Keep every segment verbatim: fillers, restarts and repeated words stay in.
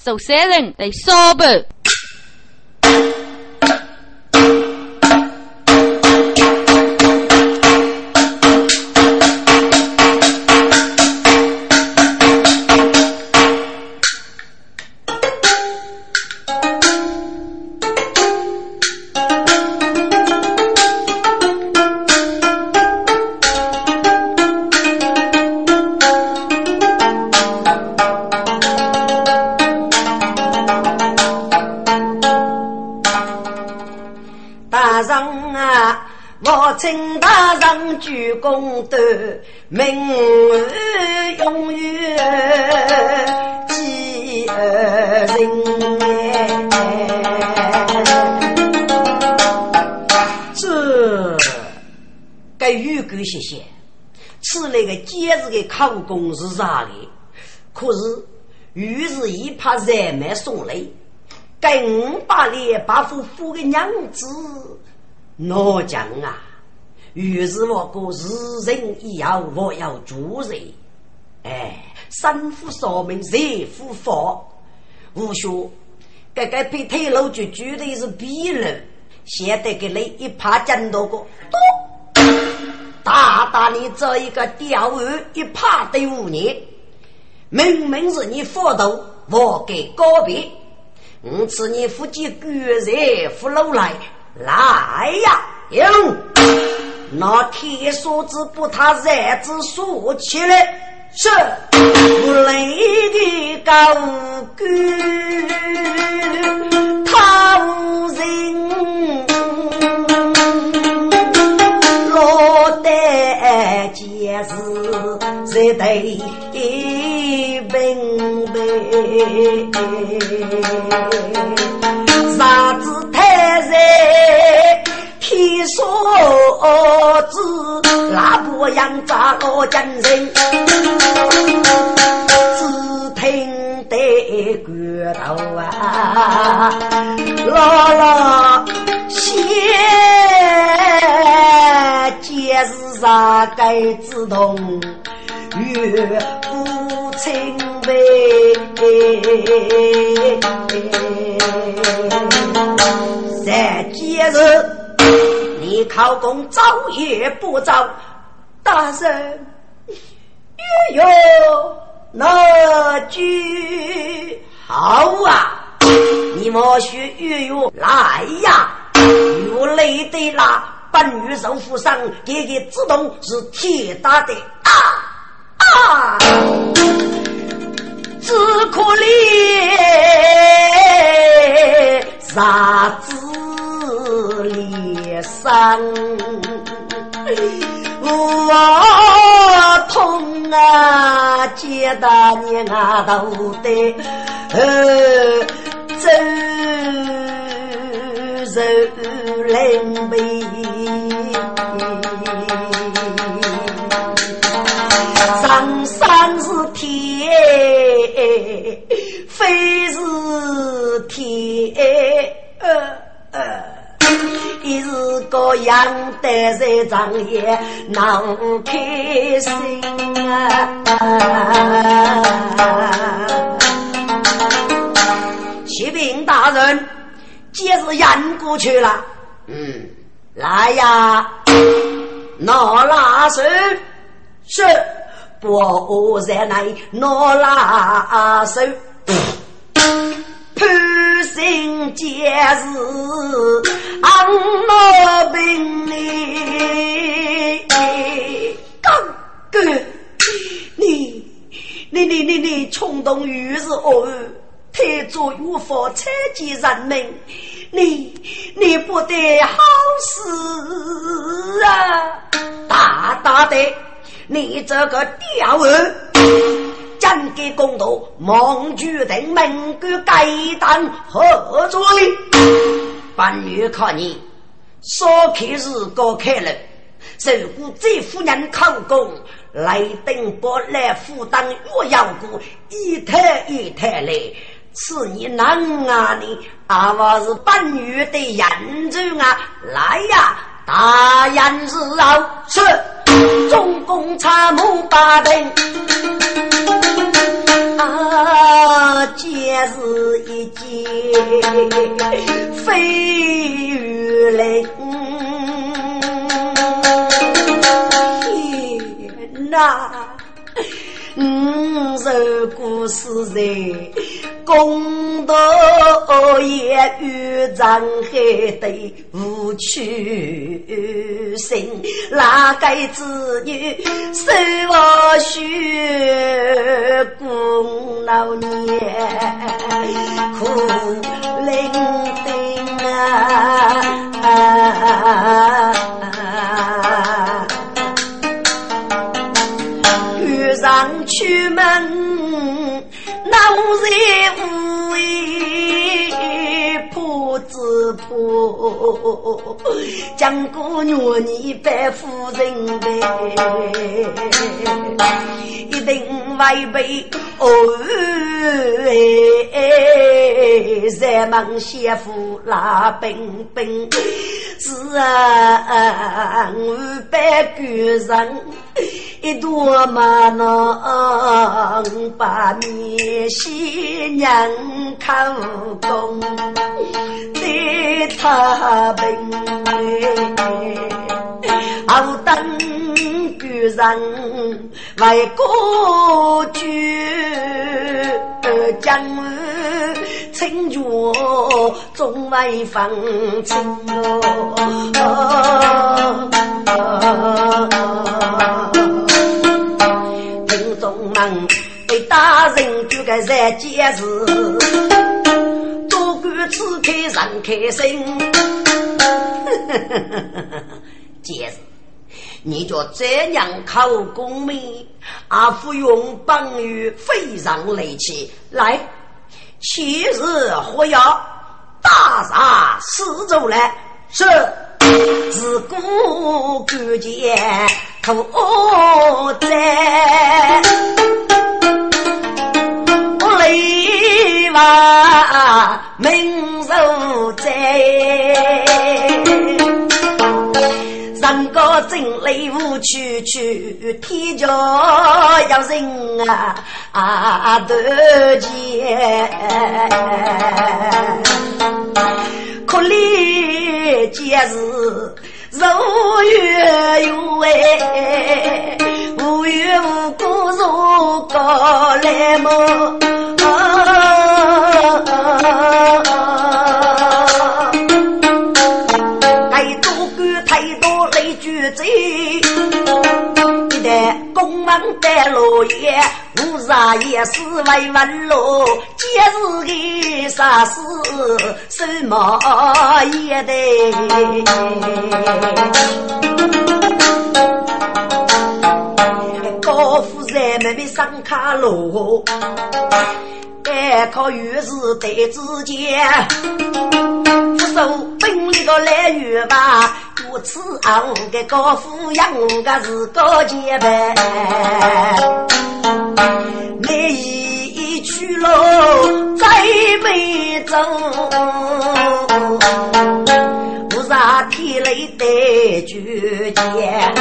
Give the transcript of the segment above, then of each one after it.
受三人来烧吧。 请大人鞠躬德，名誉永远记人。这该预估谢谢，吃那个节日的考公是啥的？可是于是一怕人没送来，该五百里把夫妇的娘子我讲啊。于是我过日人一要我要主人，哎，三夫说明谁夫佛无说该该被推楼就绝对是逼人，现在给你一趴见到过大大你这一个钓鱼一趴对五年，明明是你佛头我给告别，我此你夫妻居人扶楼来来呀用那铁锁子不他日子竖起来，是不雷的高歌，他无人落得结实，谁得明白？啥子太热？提说子拉不养扎罗真人，只听得骨头啊，啦啦写皆是啥该自动越不清白，在节日你考公早也不早，大人月有那句好啊，你莫学月有来呀，有累的啦，半月手扶上给给自动是铁打的啊啊，只可怜傻子脸上我痛啊，接大年啊都得呃真人灵悲，上山是铁非是铁呃呃一日个样的在张也闹开心啊！启禀大人，接着演过去了。嗯，来呀，拿拉手是不然来拿拉手。判刑节日安乐病里刚哥你你你你你冲动于是哦太做无法采集人民，你你不得好事啊，大大的你这个吊儿战给公道蒙举定门个该当何罪，半月看你说开是个开了受雇这夫人考公来登波来负担若要股一台一台来是你能啊你啊我是半月的眼睛啊来呀大雁是绕是中共参谋把定啊皆是一件非雨林。天哪！五十故事在公道也与张海的无趣心，哪该子女受我血共老年苦伶仃啊，遇上出门闹热无为破子破，将姑娘你白夫人呗，一定违背哦哎，在忙媳妇拉冰冰，是啊，我白个人一朵嘛能把你新娘口供对他病，好等个人为过去将清浊总为放清哦，听众们被大人就该在节日多个此开上开心节日你就这样考功名阿父用帮于非常累气来七日火药大杀四周来是自古古节头在我雷娃明手在三个真雷无去去天着要人啊啊得见可怜节日肉月有哎无缘无故如果来么太多个太多雷剧贼一代公忙的落叶无啥也是为完了节日的啥事什么也得高富人们的上卡路该靠于是对之间不受本领的来源吧如此昂的高富养个是高阶呗没一去了再没走不啥体累的绝见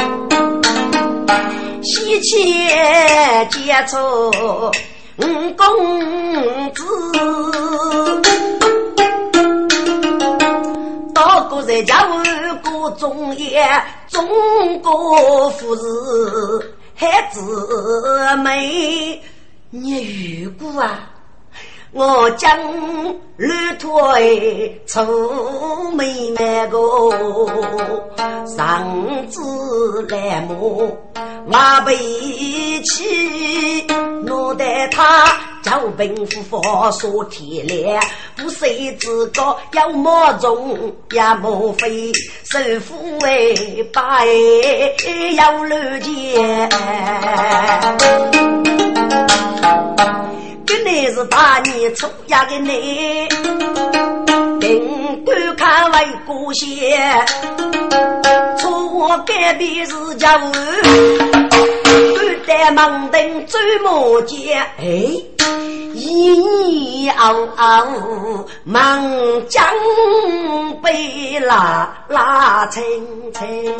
西切接触公子到国在家务国中也中国富士孩子美你遇过啊我将旅途愁眉那个上至来木马背起我带他招兵夫佛所体力不谁自个要莫中也莫非首富为白要路见跟你是大你出呀给你顶观看为故乡出我隔壁是家务在忙登追摩街哎一嗷嗷忙将被拉拉清清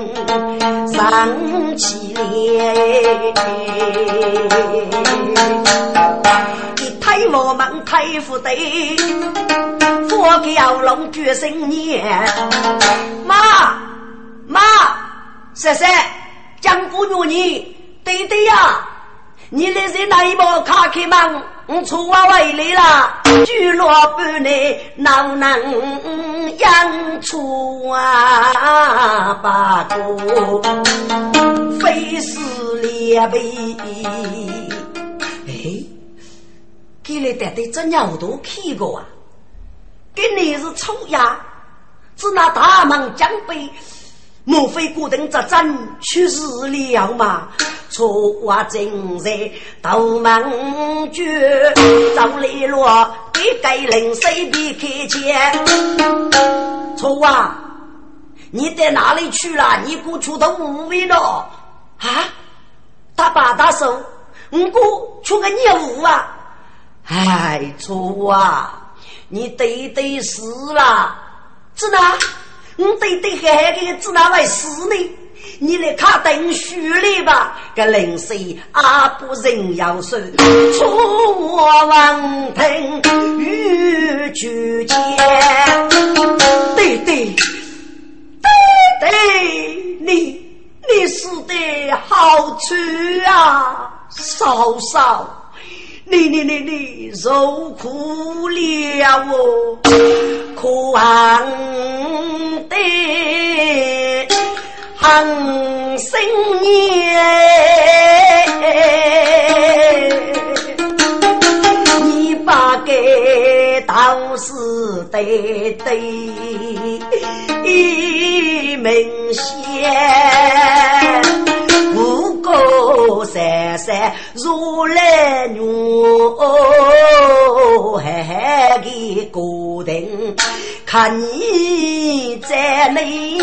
上起来一我们太府的佛教龙决生年妈妈婶婶江姑娘你对对呀你那是哪一波卡开忙我出我为来了聚落半内闹能养出啊八股非是列位哎给你带的这鸟都看过啊给你是臭呀只拿大忙奖杯莫非固定这战去世了吗错话正在斗忙绝找雷落给该领谁比开钱错话你在哪里去了你姑出的无为了啊他把他手我姑出个业务啊哎错啊你对对死了知道我对对还给知道为死呢你来看等虚里吧个零岁阿不人要说出我王庭与去见对对对对你你死的好吃啊嫂嫂你你你你受苦了哦苦昂的行生业你把给道士对对一明显不过三三如来女还给固定看你在内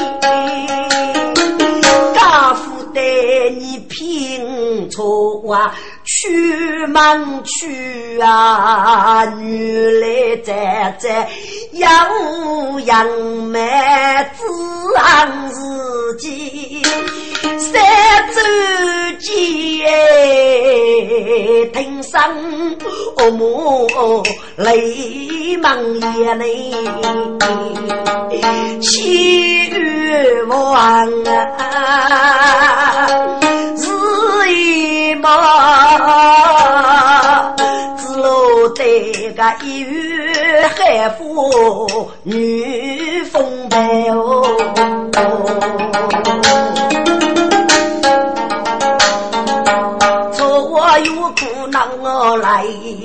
家父带你拼错啊去忙去啊女来在在要养妹子昂自己三周节听上哦母泪满眼泪七月望啊日一梦自路得个一月海妇女风白哦错我有苦恼我来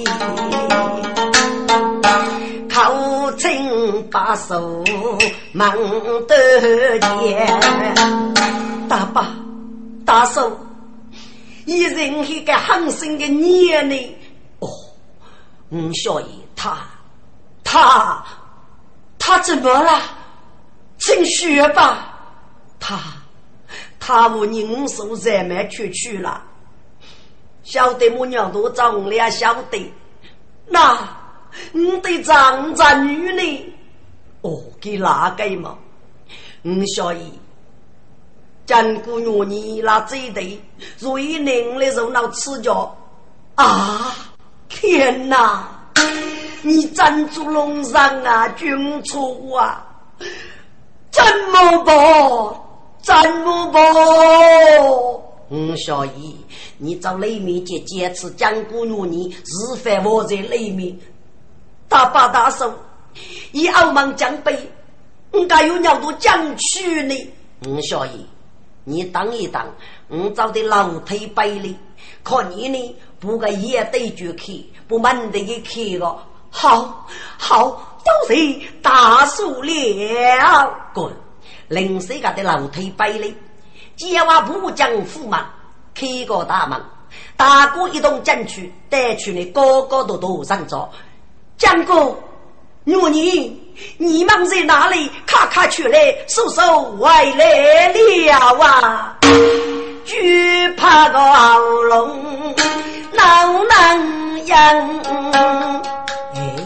靠清把手忙得眼大爸大手一人一个狠心的念呢哦嗯所以他他他怎么了请学吧他他无人手在买去去了晓得母娘都长了晓得那你的长子女呢哦给哪个嘛嗯所以战姑娘你拉这的所以您的肉脑吃着啊天哪你站住龙上啊军出啊怎么办怎么办嗯所以你找雷米姐姐吃战姑娘你日饭我在雷米大把大手以澳门奖杯应该有鸟多奖去呢嗯所以你当一当我找的老腿背里可你呢不该也对住去不满的给去了好好都是大数了滚临时个的老腿背里接话不将驸马开个大门大哥一动进去带去你个个都都上走将哥女你你们在哪里咔咔去来叔叔外来了啊惧怕个喉咙闹难养哎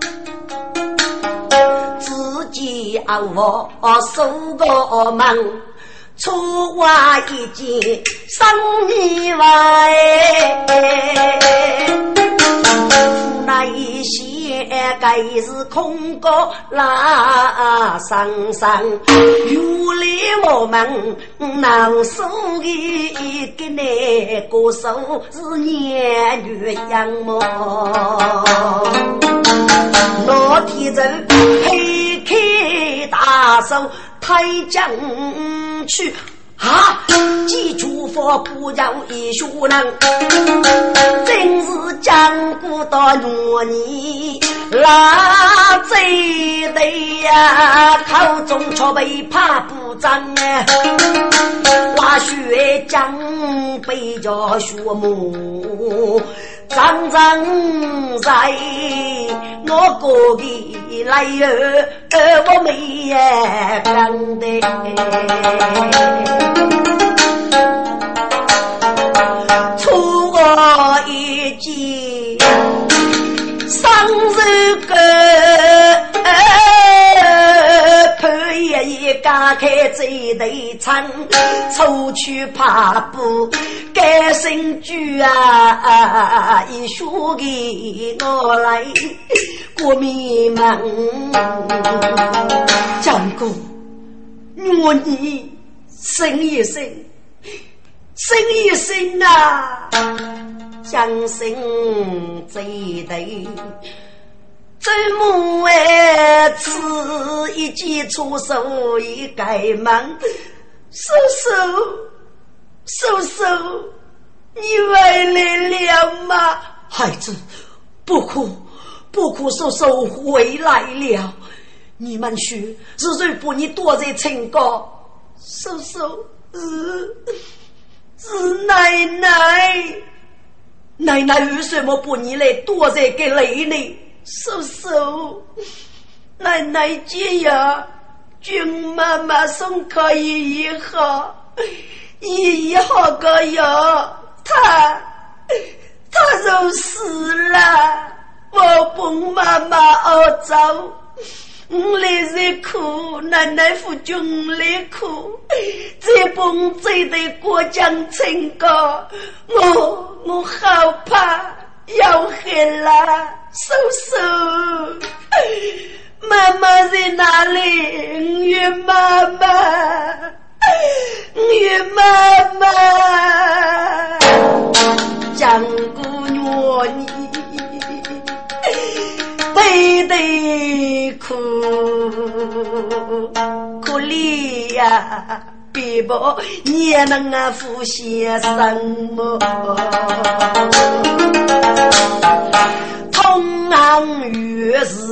自己熬我收个忙出话一件生意外无奈来些该是空过拉上上如来我们能手一个那个手是年月阳么老天人配开大手太将去啊！记住佛不要一书能，真是讲古到罗尼拉贼的呀，口中却被怕不脏哎，拉血浆被着血母。常常在我过的来儿，我没也干的。出我一记生日歌，可以嘎开这对唱，抽去爬步。该生句啊，一说给我来过迷茫。讲过，我你生一生，生一生啊，将生这对。周末哎，吃一记出手一改忙，叔叔。叔叔，你回来了吗？孩子，不哭，不哭，叔叔回来了。你们说，是谁把你躲在城高？叔叔，是是奶奶。奶奶为什么把你来躲在这里呢？叔叔，奶奶这样，君妈妈送可以以后。爷爷好个哟，他他就死了，我帮妈妈熬粥，我来在哭，奶奶夫君来哭，这帮这对过江成高，我我好怕要黑了，叔叔，妈妈在哪里？月妈妈。女妈妈讲姑娘你背得哭哭里呀别不你也能啊付些什么同行于是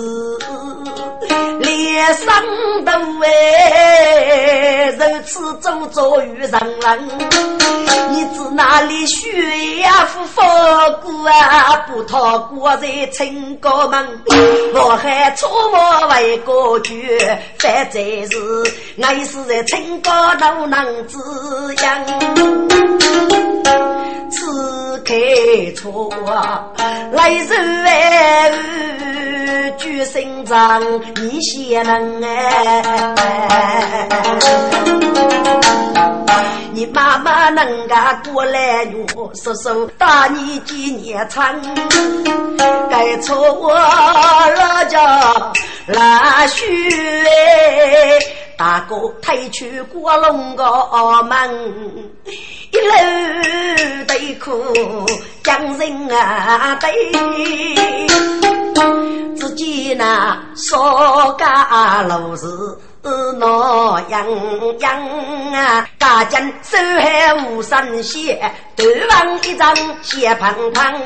脸上的味如此周周于人人你自哪里学呀夫佛骨啊不逃过在成高门我还出没为国剧反正是爱是在成高都能滋养此开错来日来举生长你先能哎你妈妈能干过来我叔叔大你几年长该错我了叫拉须大哥抬去过龙个门一路对哭将人啊对自己那说家老是那样样啊大家手还无三血对望一张血胖胖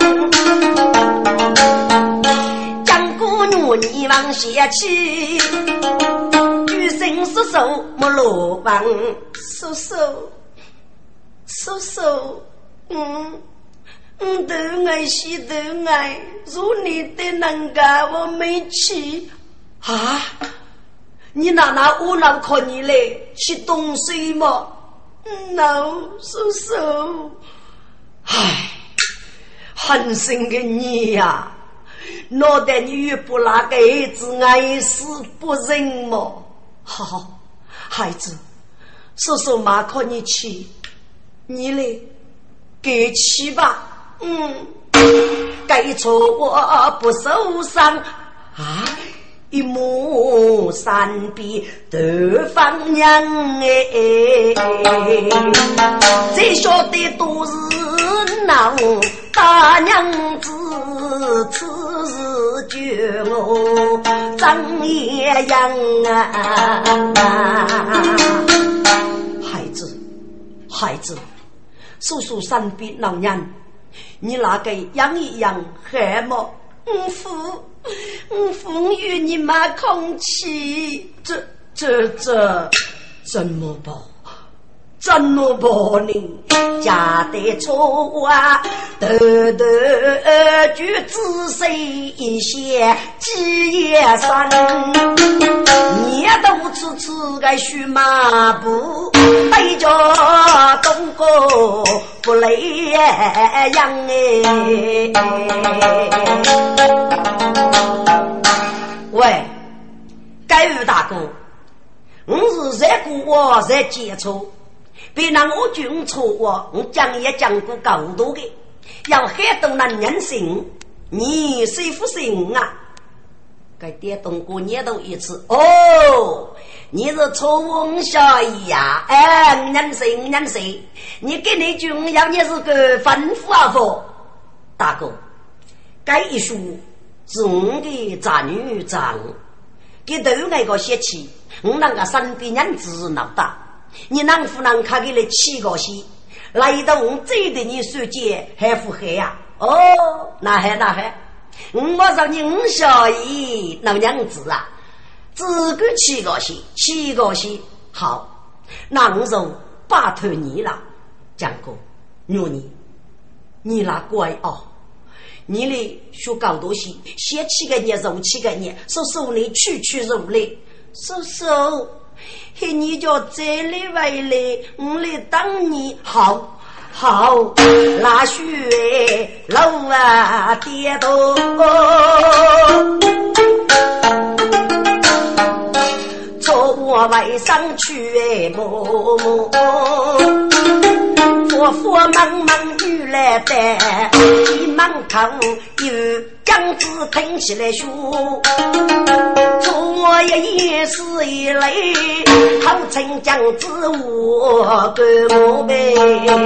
将姑娘你往下去女生叔叔莫罗帮叔叔叔叔嗯嗯都爱惜都爱如你的能干我没去啊你哪哪我哪靠你来吃东西吗 ？No， 叔叔，唉，狠心的你呀、啊，脑袋你越不那个孩子爱死不认么？好，孩子，叔叔马靠你去，你来给去吧。嗯， 该错我不受伤啊！一亩三比得方娘哎，这晓得都是闹大娘子，此事绝我张也阳啊！孩子，孩子，叔叔三比老娘，你拿给养一养黑么？嗯父。我风雨你妈空气，这这这怎么办？怎么办呢？家的错啊，头头举仔细一些，几夜山，你都吃吃个须马步，背着东哥不累样哎。喂，该于大哥，我是在过我在接触，别让我军错我，我讲也讲过高度的，要很多男人信，你谁不信啊？该电动过年都一次哦，你是错翁小姨呀？哎，人信人信，你给你军要你是个吩咐啊不？大哥，该一书。是我的长女长，给头那个写起，我那个身边人子脑大，你能不能看给了七个戏，来到我这的你世界还不黑呀？哦，那还那还，我说你五小姨老娘子啊，只个七个戏，七个戏好，那我就拜托你了，讲过，牛你，你那乖哦。你嘞学高多些，写七个年，肉七个年，叔叔你去去肉嘞，叔叔，嘿，你叫这里为嘞，我来当你好，好，拉雪楼啊跌倒，坐我外上去哎么么。我佛茫茫雨来带，一门口有将子挺起来说，我一夜是一泪，号称将子我个我呗。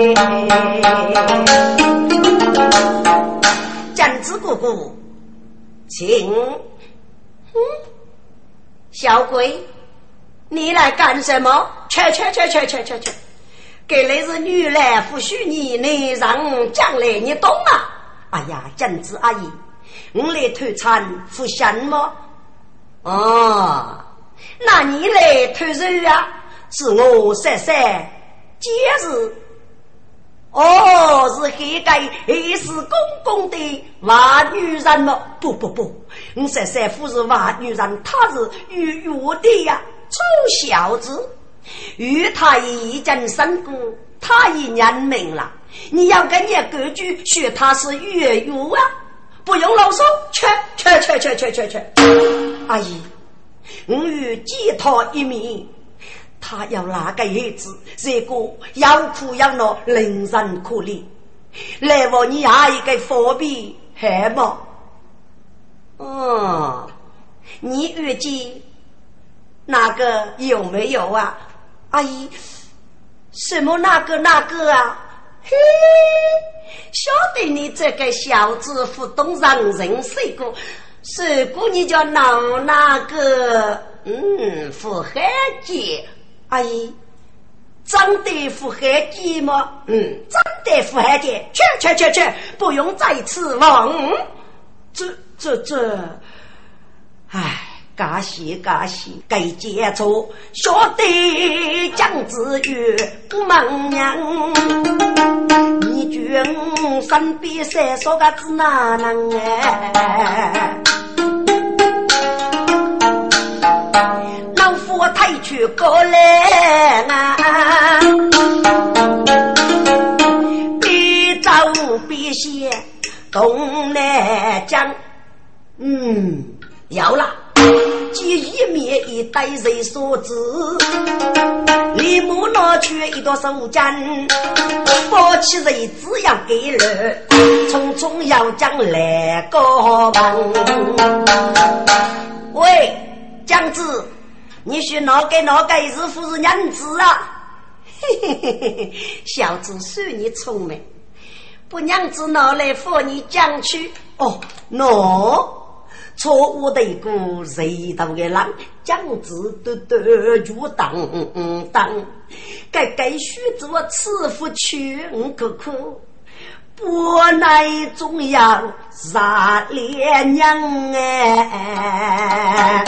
将子姑姑，请，嗯，小鬼，你来干什么？去去去去去去去！给来是女来不许你内让将来你懂吗？哎呀，姜子阿姨，我来偷餐不香吗？哦，那你来偷肉啊？是我晒晒节日。哦，是黑盖黑是公公的娃女人吗？不不不，我晒晒不是娃女人，她是与我的呀，臭小子。与他一阵三姑，他已认命了。你要跟你格局学他是粤语啊，不用啰嗦，去去去去去去去。阿姨，我与寄托一米，他要那个日子，这个要苦要闹，令人可怜。来我你阿姨个佛币还吗？哦，你预计那个有没有啊？阿姨，什么那个那个啊？嘿，晓得你这个小子不懂让人谁过，谁过你就闹那个，嗯，不合计。阿姨，真的不合计吗？嗯，真的不合计。去去去去，不用再次问。这这这，唉。嘎西嘎西，该接触晓得将子语不忙娘，你觉身边谁说个子哪能哎？老夫抬去过来啊，别走别歇，东来讲，嗯，有了。 计一面以待谁所知，李母拿去一朵手绢，抱起人只要给了，匆匆要将来个王。喂，姜子，你是哪个哪个是夫人娘子啊？嘿嘿嘿嘿，小子算你聪明，不娘子拿来扶你将去。哦，喏。错误的一个谁道的人，将子的的就当当，该该许做赐福全可可，不奈总要杀烈娘哎，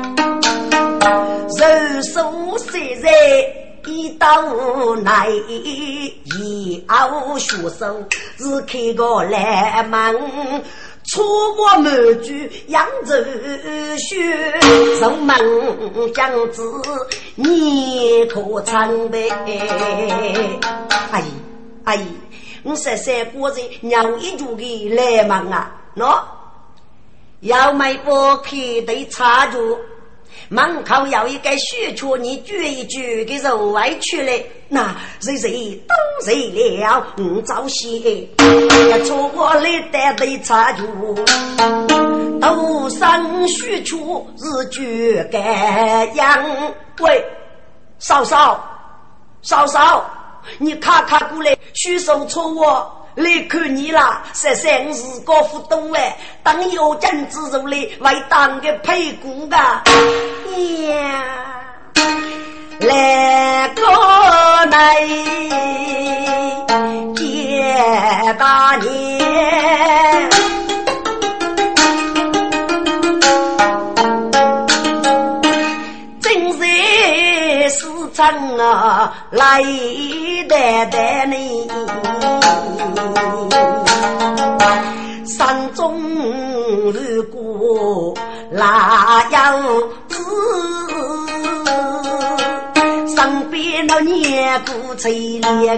人手谁人一刀来一熬血手，只看个来忙。出我满句扬州血，人们将子你可尝呗？阿姨阿姨，我三三过着鸟一族的来忙啊！喏，要买不开的插住，门口要一个血出，你举一举给肉外去了。那谁谁都谁了，我早些错过了带的插住，头上许出日剧该样。喂，嫂嫂嫂嫂，你看看过来，许手错我来看你啦，十三日高富东哎，当有真之肉来为当个配股噶呀，来个来接大年，真是市场啊来带带你。山中如果拉腰子，上边那年不垂怜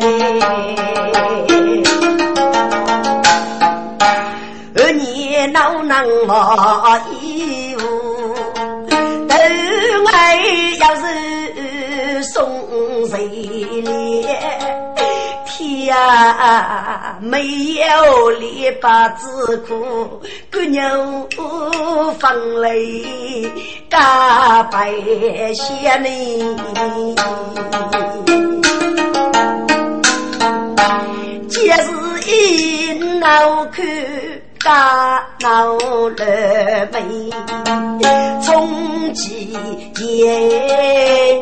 而你闹能我衣服都爱要是送谁脸天啊，没有篱笆之苦，姑娘放泪嘎白些呢。今日一闹去大闹了眉，从今夜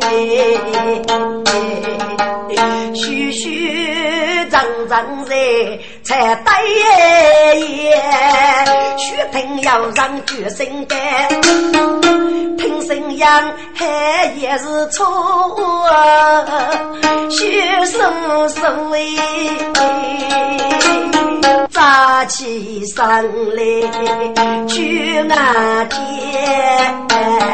虚虚张张的才带也须听要让决心的听声音还也是错虚生生为扎起上来去那天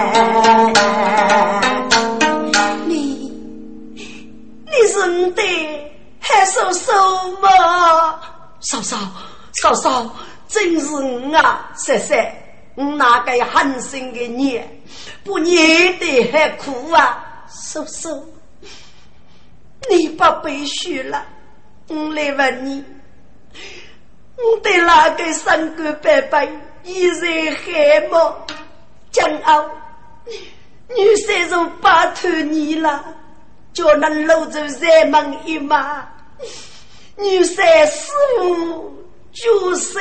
你你是的还手手吗？嫂嫂嫂嫂，真是我啊！谢谢，我那个狠心的你，不念的还苦啊！嫂嫂，你把背虚了，我来问你，我对那个三个伯伯依然害吗？骄傲，女婿就巴托你了。就能搂着人们一马，女婿师傅就是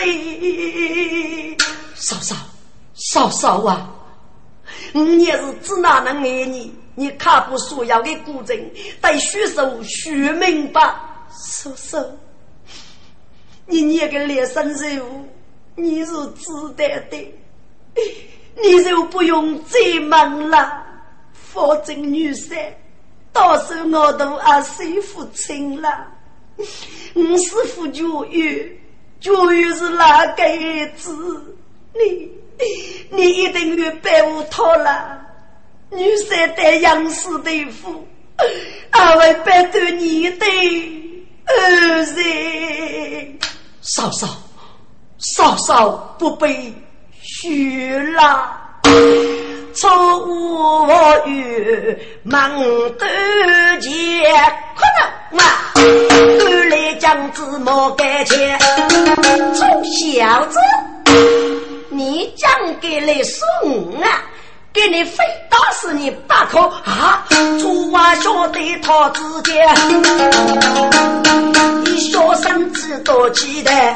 嫂嫂嫂嫂啊！你也是只哪能爱你？你看不所要的古人，得许手许明白。嫂嫂，你那个脸上肉，你是知道的，你就不用再忙了，否则女婿。到时我都阿谁父亲了？我师父教育，教育是哪个儿子？你你一定会被我拖了。女婿的杨氏的父，阿会被对你的儿子。嫂嫂，嫂嫂不被许了。 错我与忙得结可能啊二来将子莫给钱臭小子你讲给来送啊给你非打死你八口啊！出娃小对他之间，一小生子多期待，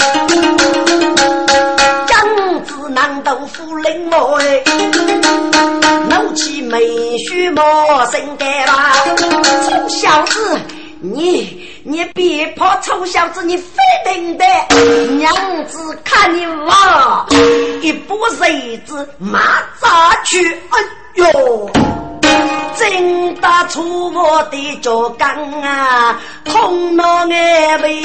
将子难豆腐灵魔哎，怒气没须莫生改吧，臭小子！你你别怕臭小子，你非明白，娘子看你娃一步谁子马扎去，哎呦，真打出我的脚杆啊，痛了眼眉，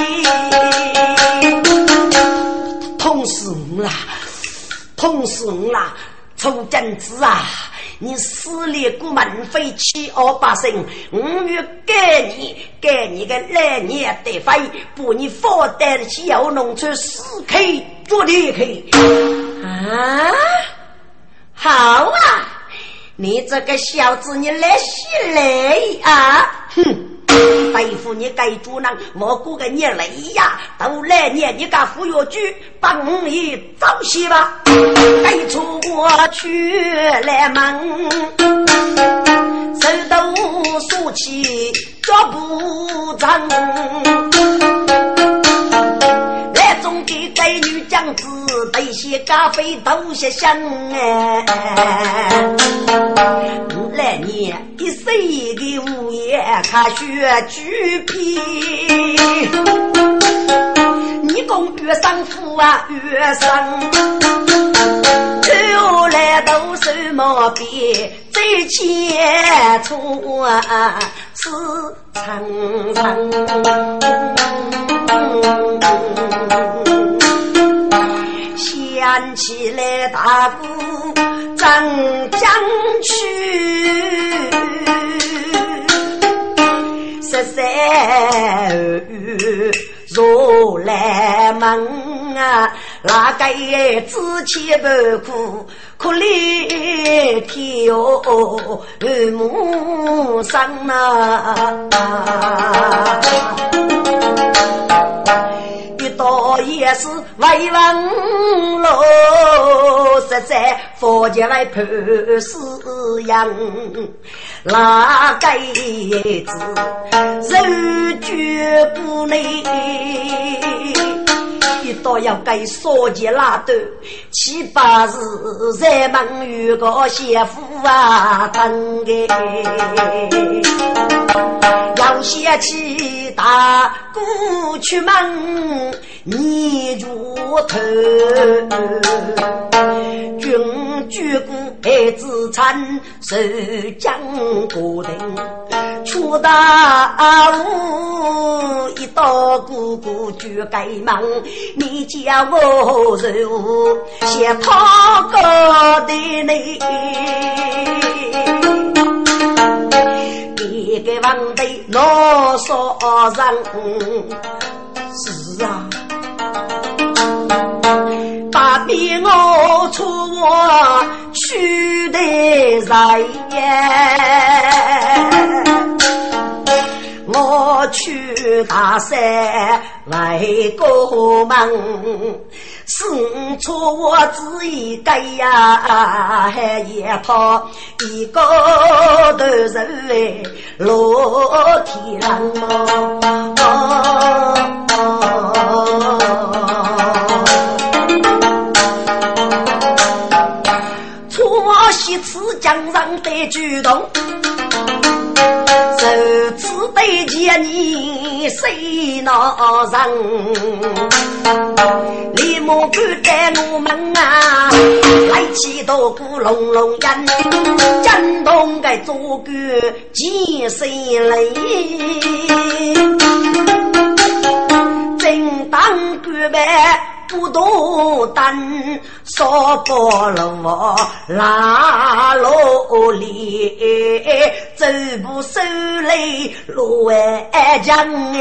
痛死我了，痛死我了，臭贞子啊！你撕裂过满飞七二八星，五月给你给你个来年的费，不你负担得起要弄出四 K 做离开啊！好啊，你这个小子你来洗雷啊！哼！对付你该主人，我估个你雷呀！都来年你个扶药局，帮你早些吧。该出我去来忙，手都竖起脚不长。来总给该女将子得些咖啡都些香哎。来年一岁的午夜看雪举皮，你共越上富啊越上，后来都是毛病最前出啊是长长。想起来大鼓张将去，十三雨如来梦啊，那个自己不苦苦里天哦母上啊，一到也是为王喽，实在佛家来判死样，那个子人绝不内。一到要该说起拉的七八日在忙于个媳妇啊等给要写起大姑去忙你如头君居故爱自产手将固定出大屋一道姑姑就该忙你叫我肉写他个的你一个王的啰嗦上是啊把逼我出我去的来我去大山来过忙生出我自己该呀还也怕一个的人落体上哦错西次江上的举动这次对见你谁闹上李木姑带我们啊来起多鼓隆隆人震动该做个几谁来正当个呗不多单说过了我拉罗里走不手里路外将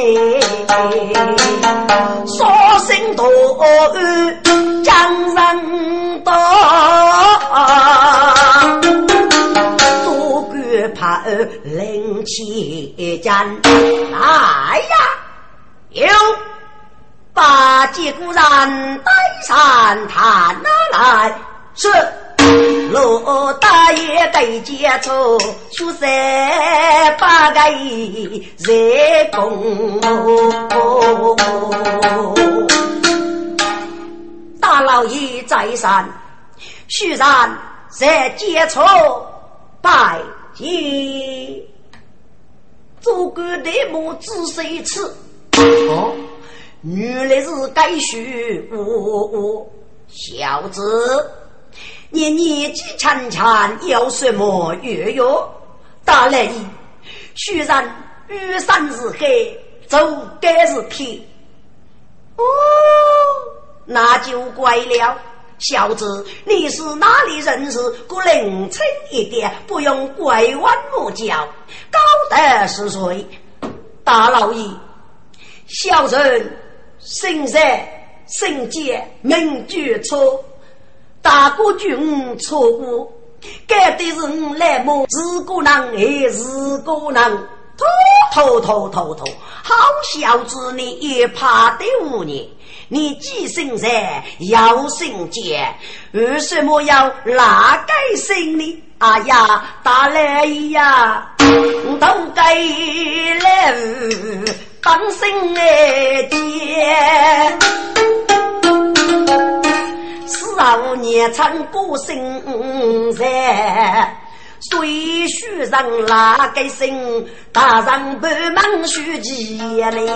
说声多江上多把儿领起战，来呀，有把节骨然带上谈来，是罗大爷给接触，出三八个人工。大老爷在山，须然在接触拜见。做官的母子谁吃？哦，原来是该许我小子。你年纪浅浅有什么约哟？大来意，虽然雨伞是黑，走该是天。哦，那就怪了。小子，你是哪里人士？故冷清一点，不用拐弯抹角。高德是谁？大老爷，小人姓任姓杰，名举错。大国君错误，该的是我来么？自古人还是古人，头头头头头，好小子，你也怕得无你？你既姓任又姓杰，为什么要哪个姓你？哎呀，大来呀，都该来当姓哎杰。四二年唱歌声在，虽须让那个声大上不忙须记嘞。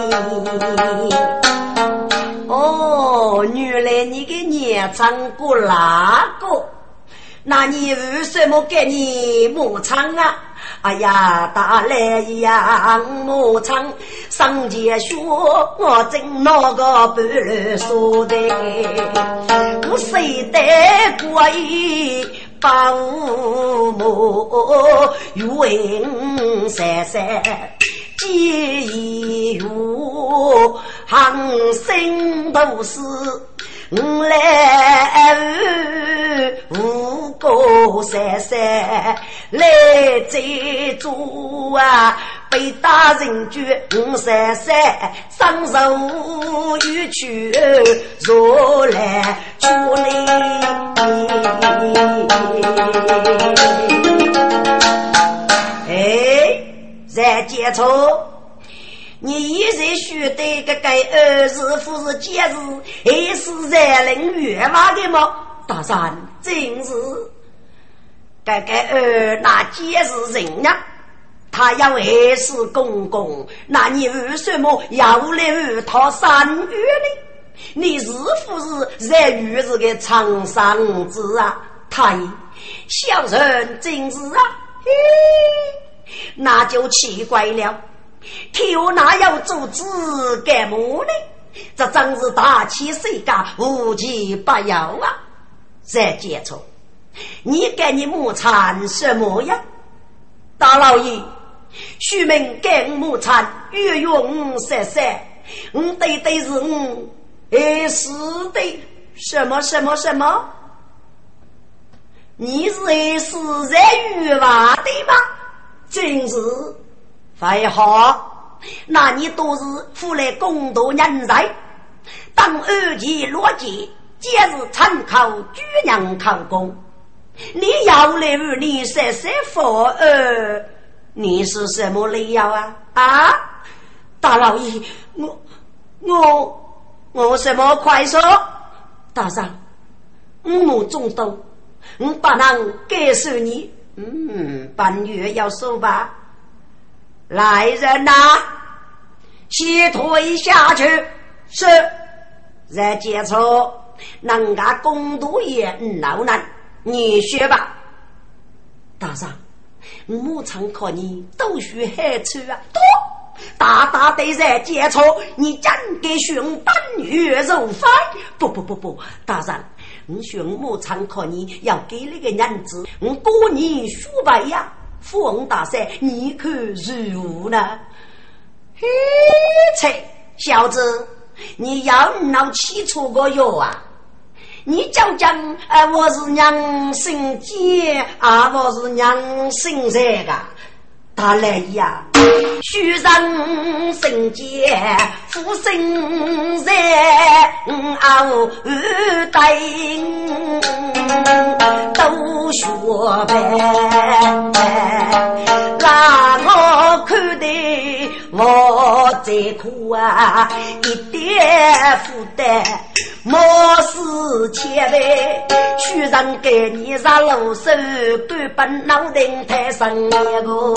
哦，原来你给年唱过那个，那你为什么给你不唱啊？哎呀，大来呀，我唱上节说，我真那个不说的，我谁的鬼把我云闪闪，既有行生都是我来无过闪闪来这住啊，被大人觉五闪闪双手与去若来出来。哎，在接触你一日学的个个二日复是节日，还是在人月娃的吗？大山真是个个二那节日人呀，他要还是公公，那你为什么要来他三月呢？你是不是在月日的长上子啊？太小人真是啊，嘿，那就奇怪了。天哪要做子干么呢？这真是大气世界无奇不有啊！再接触，你给你母产什么呀？大老爷，许明给母产月用三三，我对对是我哎是的什么什么什么？你是哎是在月娃的吗？真是废话，那你都是负来公道人才，当二级逻辑节日参考居娘考公，你要来与你谁谁佛呃，你是什么理由啊？啊，大老爷，我我我什么快说？大上，我母中刀，我把人给死你，嗯，半月要收吧。来人呐、啊，先推下去。是，再接触能个公度也老难，你学吧。大上，牧场可你都学海吃啊，多大大的在接触，你真给寻半月肉饭。不不不不，大上，你寻牧场可你要给那个人子，我过你数百呀。富翁大赛，你可如呢？嘿，切，小子，你要闹起错个哟啊！你讲讲，呃，我是娘姓杰啊，我是娘姓这个， 大来呀，虚上圣洁，福生在熬带都学呗，让我看得我在哭啊，一点负担莫是千倍，虚让给你让老手根本脑袋太上一个，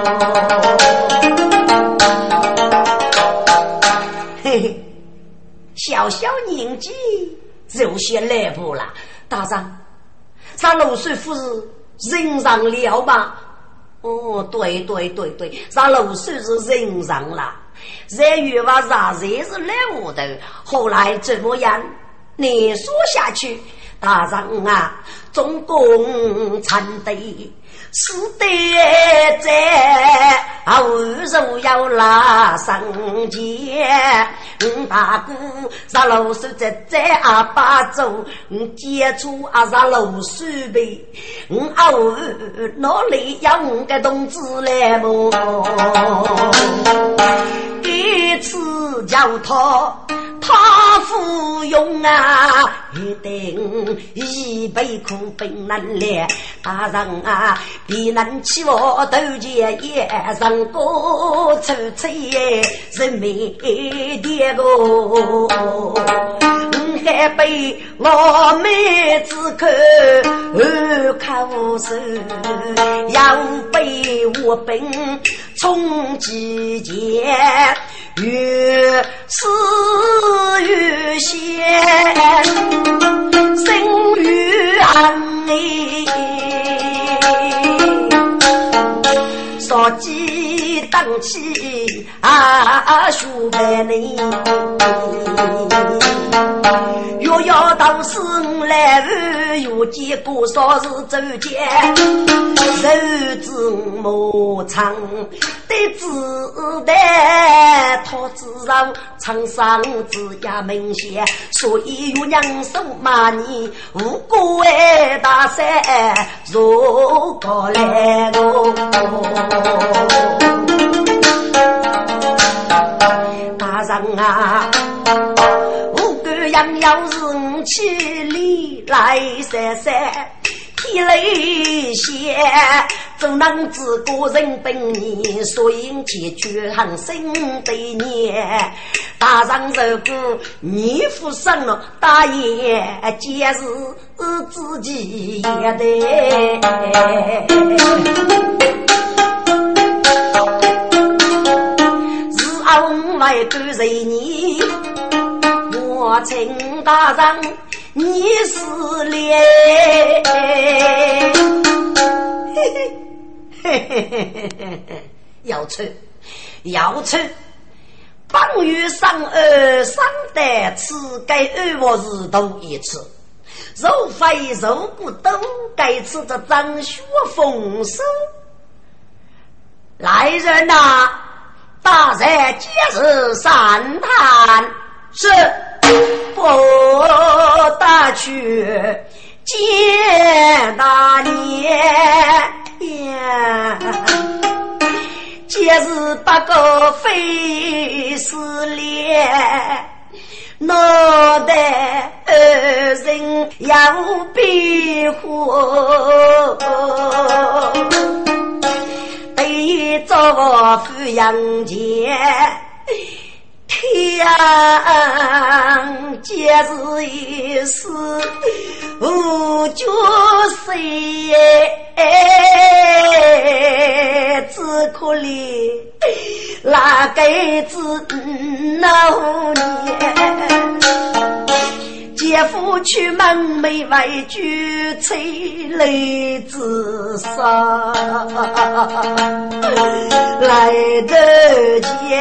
嘿嘿，小小年纪有些来不了，大丈让老手夫人认上了吧？哦，对对对对，让老手是认上了。人与话啥人是来我的，后来怎么样？你说下去，大人啊，中共产的是的在后头要拉上街，嗯，大姑让老师在在阿爸走，嗯，接触阿让老师呗，嗯，后哪里要我个同志来么？一次叫他。他服用啊，一定一杯苦病难了。大人啊，比难起我头前也上过出车人民的个，还被我妹子口口手，要被我病冲击间。越是越险，生于安内，说鸡当起啊，书白内，又要到是来有结果，说是周节，手指磨长的子弹。他知道长上子也明显，所以有娘手骂你无辜的大山如果来哦，大人啊，五个人要是起里来三三一雷些，怎能自个人本你所应解决很生的你大上这个你负上了大爷皆是自己的日后外个人你我请大人你是脸要吃要吃半月上二上的吃该二我日都一次肉肺肉骨都该吃的张学丰收来人啊大人皆是善谈是我大去见大年呀，皆是八个非是脸，脑袋二人要庇护，对着我抚养间。天皆是一事无觉谁只可怜那个子老年姐夫去门没外居催泪自杀来得及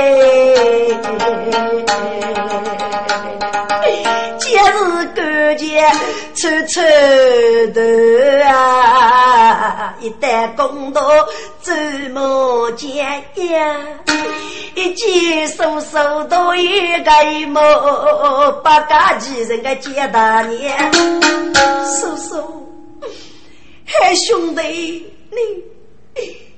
节日过节处处的啊一旦公道怎么见呀一记手手都一个么八嘎几人个接大年手手嘿兄弟你你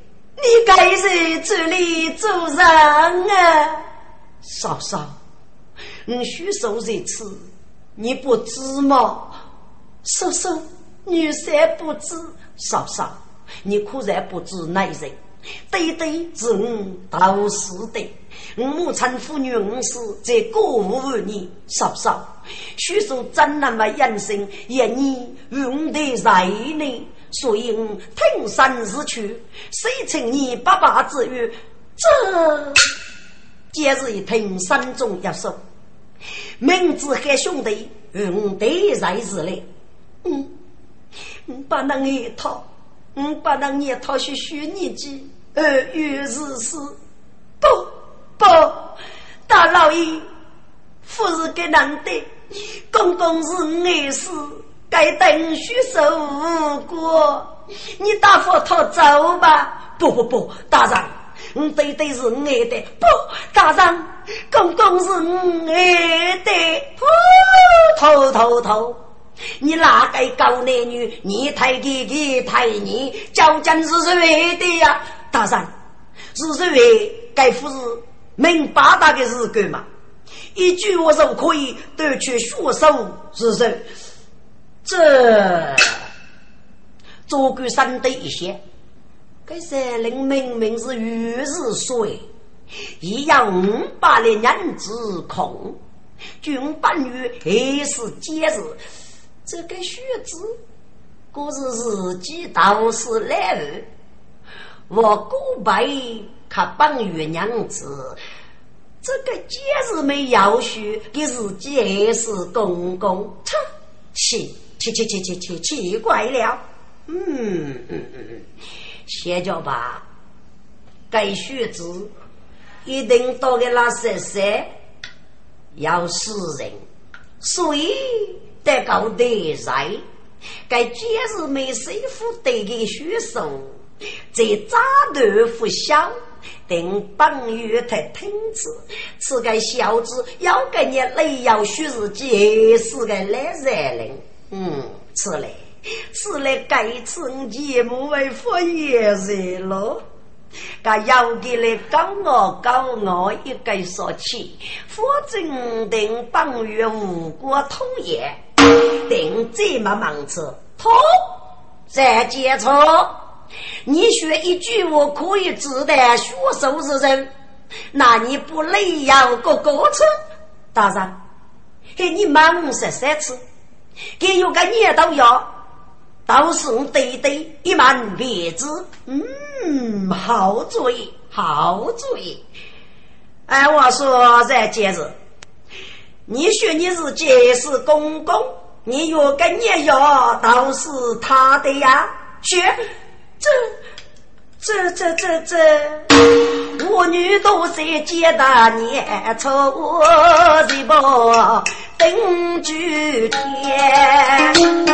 你该是这里主人啊！嫂嫂，你许守这次，你不知吗？嫂嫂，女婿不知。嫂嫂，你固然不知内人，对对是我道士的。我母亲妇女五十，在歌舞你嫂嫂，许守真那么人生，也你用的在呢。所以我挺身而去，谁请你爸爸之语？这今日一听山中一首，名字和兄弟用的在日里。嗯，我把那一套，我把那一套是虚拟机，呃，于是是不不，大老爷，不是给男的，公公是爱事。该等许守无过，你打发他走吧。不不不，大人，我对对是爱的。不，大人，公公是爱的。哦，头头头，你哪个高男女？你太给给太你，较真是是为的呀。大人，是是为该不是明八大的日干嘛？一句我就可以夺取血手，是是。这做个三对一些，这些人明明是与日水，也要五百的人之空，军半月还是节日，这个学子，故是自己倒是来了，我古白看半月娘子。这个节日没要许，给自己还是公公，切气。奇奇奇奇奇奇怪了，嗯嗯嗯嗯，写着吧。该学子一定到给那谁谁要死人，所以得搞得来。该节日没谁负得给学手，在扎头不小，等半月才停止。此个小子要给你累要学日节是个来人。嗯，此类此类该次节目为佛也热了，该要给来搞我搞我一个说起，佛正定半月无国通也，定这么忙车通再接错，你学一句我可以知道学手之人，那你不累要个过程？大人，给你忙十三次。给有个念头要，倒是我对对一满别子，嗯，好主意，好主意。哎，我说在节日，你说你是结是公公，你有个念要，倒是他的呀。学这这这这这，我女都是接大年抽日不。登居天，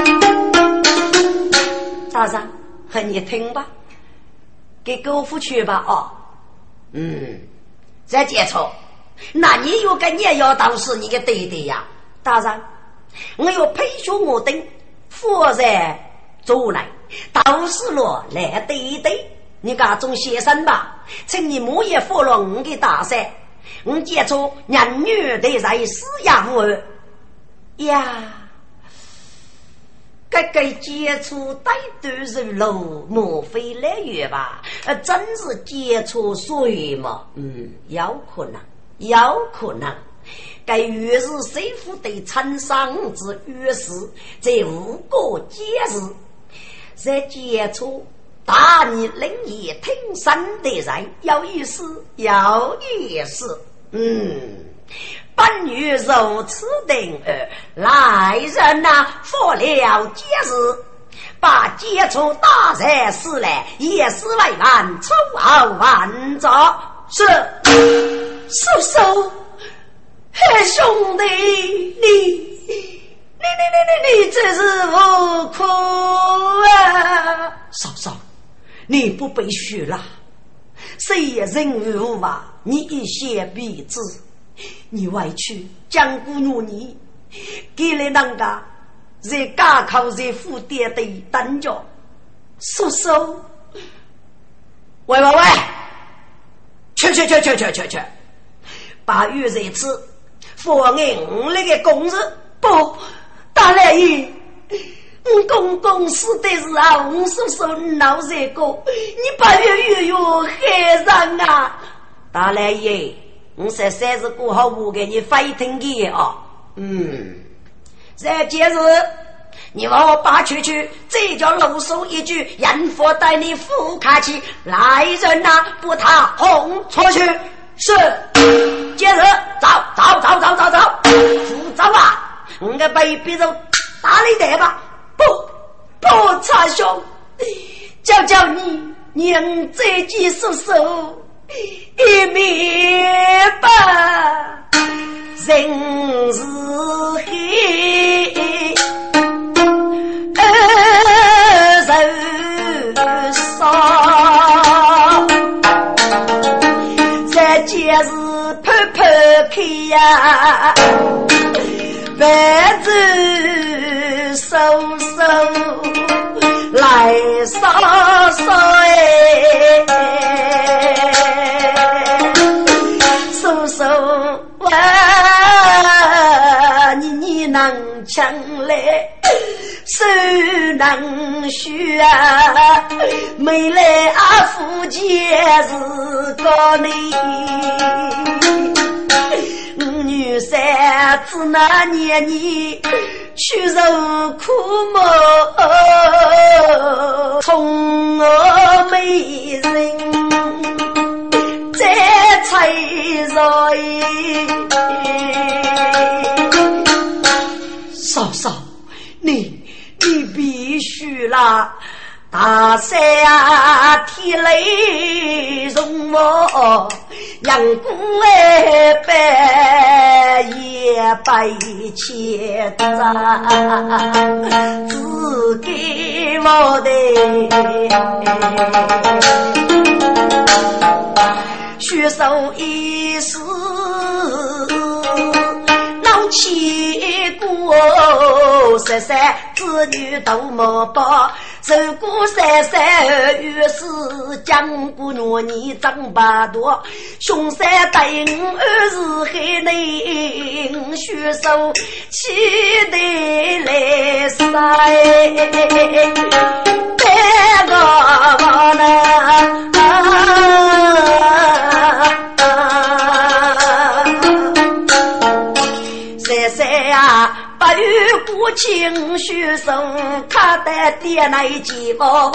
大人和你听吧，给狗夫去吧哦。嗯，再接错，那你有个念要当是你的对对呀，大人，我有培训我等负责走来，倒是了来对对，你家中先生吧，请你母也服了我的大赛。我接触人女的在私养我呀，这个接触带对人路，莫非来月吧？呃，真是接触水嘛？嗯，有可能，有可能。该越是谁负得参上之越是在五个节日，在接触大你灵也听山的人有意思，有意思。嗯，本月如此定儿，来人呐、啊，佛了节日，把接触大人事来，也是为万出后万着。是，叔叔，嘿兄弟，你，你你你你你这是无苦啊！嫂嫂，你不被许了。谁也人无法，你一些必知。你外去将姑奴你给了那个在家口在府店的等着叔叔， 喂喂喂，去去去去去去去，把玉这次佛应那个公子不大来意。我公公死的是啊，我叔叔闹这个，你把月月月害上啊！大来爷，我在三十过后我给你飞腾的啊。嗯，这节日你往我拔去去，这叫露手一句，人佛带你扶卡起来人呐、啊，不他轰出去。是，接着走走走走走走，扶走啊！我的 baby 就打你得吧。不不，差兄，教教你娘这几叔叔一面吧，人是黑，二人少，这件事拍拍开呀，白子收收来烧烧哎，收收哇，你你能抢来，手能虚啊，没来阿福姐是个你。女三子那年你去受苦么，从我美人这才在嫂嫂，你你必须啦，大山啊天雷容我阳光哎白也白切扎只给我的血手一时闹起过三三子女都没报受过三三月是江姑娘你长八多凶三带五二是黑内血手气得来塞别个我呢三三啊八月过情绪生看得爹那几包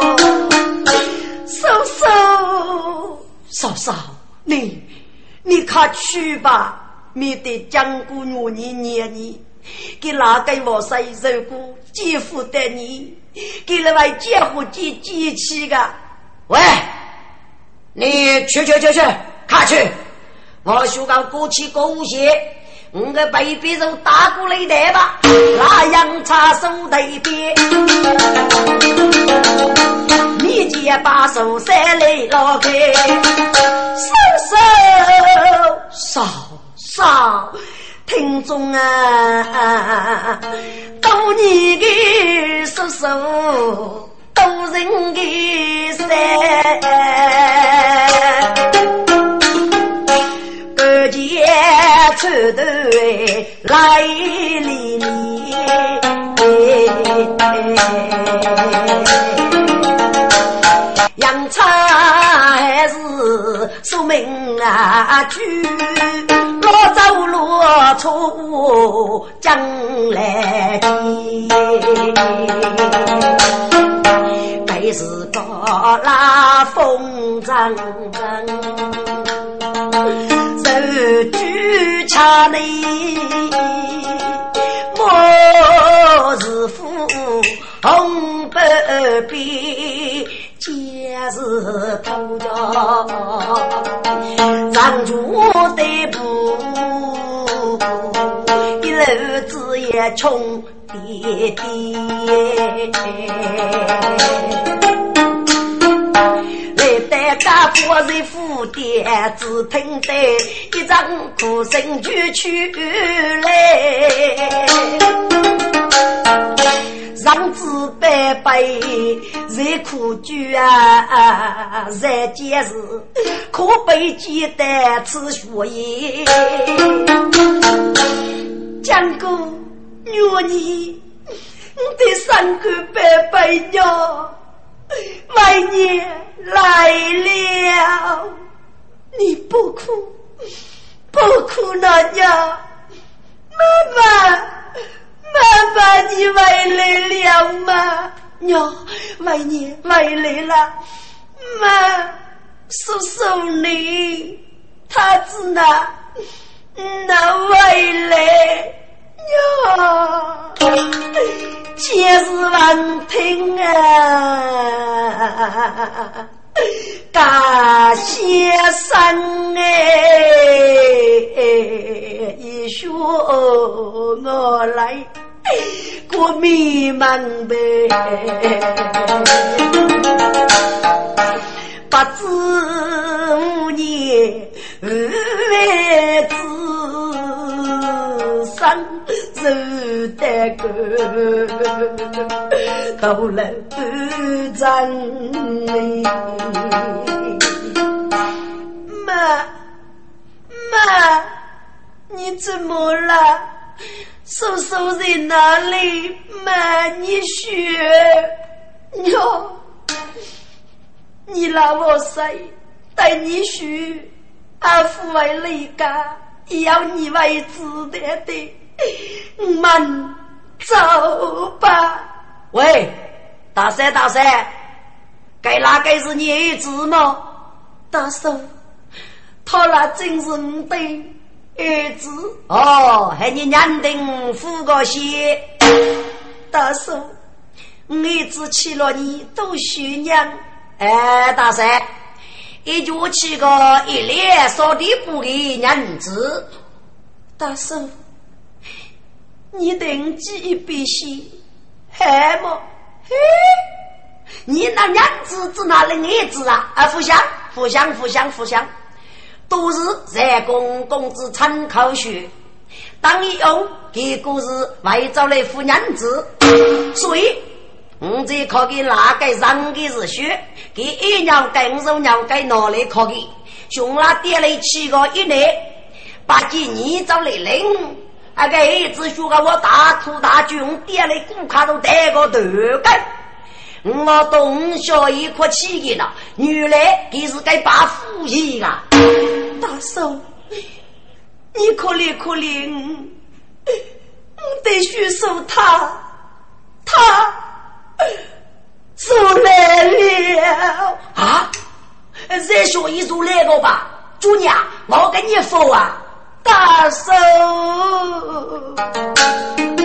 嫂嫂嫂嫂你你看去吧免得江姑娘你念你给哪个我塞肉骨姐夫的你给了外姐夫机机器个喂你去去去去看去我说个过去狗血我个 baby 就打过来的吧那样插手的边你姐把手塞来了开嫂嫂嫂嫂听众啊都你的叔叔都人的噻各界出头来里里洋茶还是说明啊句落走落出将来的该是个拉风筝手举茶内莫是夫红白比皆是头着长住的不一路子也穷爹爹来得家父是父爹只听得一张苦声就去来让自卑白白在苦居啊，在节日可被鸡蛋吃血液。江哥女儿我的三个白白鸟外年来了，你不哭不哭那娘，妈妈妈妈你回来了吗？娘外年回来了，妈叔叔你他子呢那回来呀，今日晚听啊，感谢神哎，一说我来过迷茫呗，不知五年为子生受得个到了张里妈妈你怎么了？叔叔在哪里？妈你学哟，你拉我谁带你去阿父为了家要你为子的的慢走吧。喂大三大三，该哪个是你儿子吗？大嫂他那真是你的儿子哦，还你娘定付个血。大嫂儿子娶了你都许娘。哎大三一就娶个一脸说的不给娘子。大嫂你定记必须还么？嘿你那娘子指哪里儿子啊？啊互相互相互相互相都是在公公子参考学，当你用给故事外找来付娘子，所以我这考给哪个上个是学给一鸟跟手鸟给哪里考给熊拉跌了七个一内把几年找来领那个儿子说个我大哭大军跌了骨卡都带个头盖我东小一块气给了女来给是该把夫妻啊。大嫂你可怜可怜我得去收他他出来了啊！再说一出来个吧，主娘，我跟你说啊，大嫂。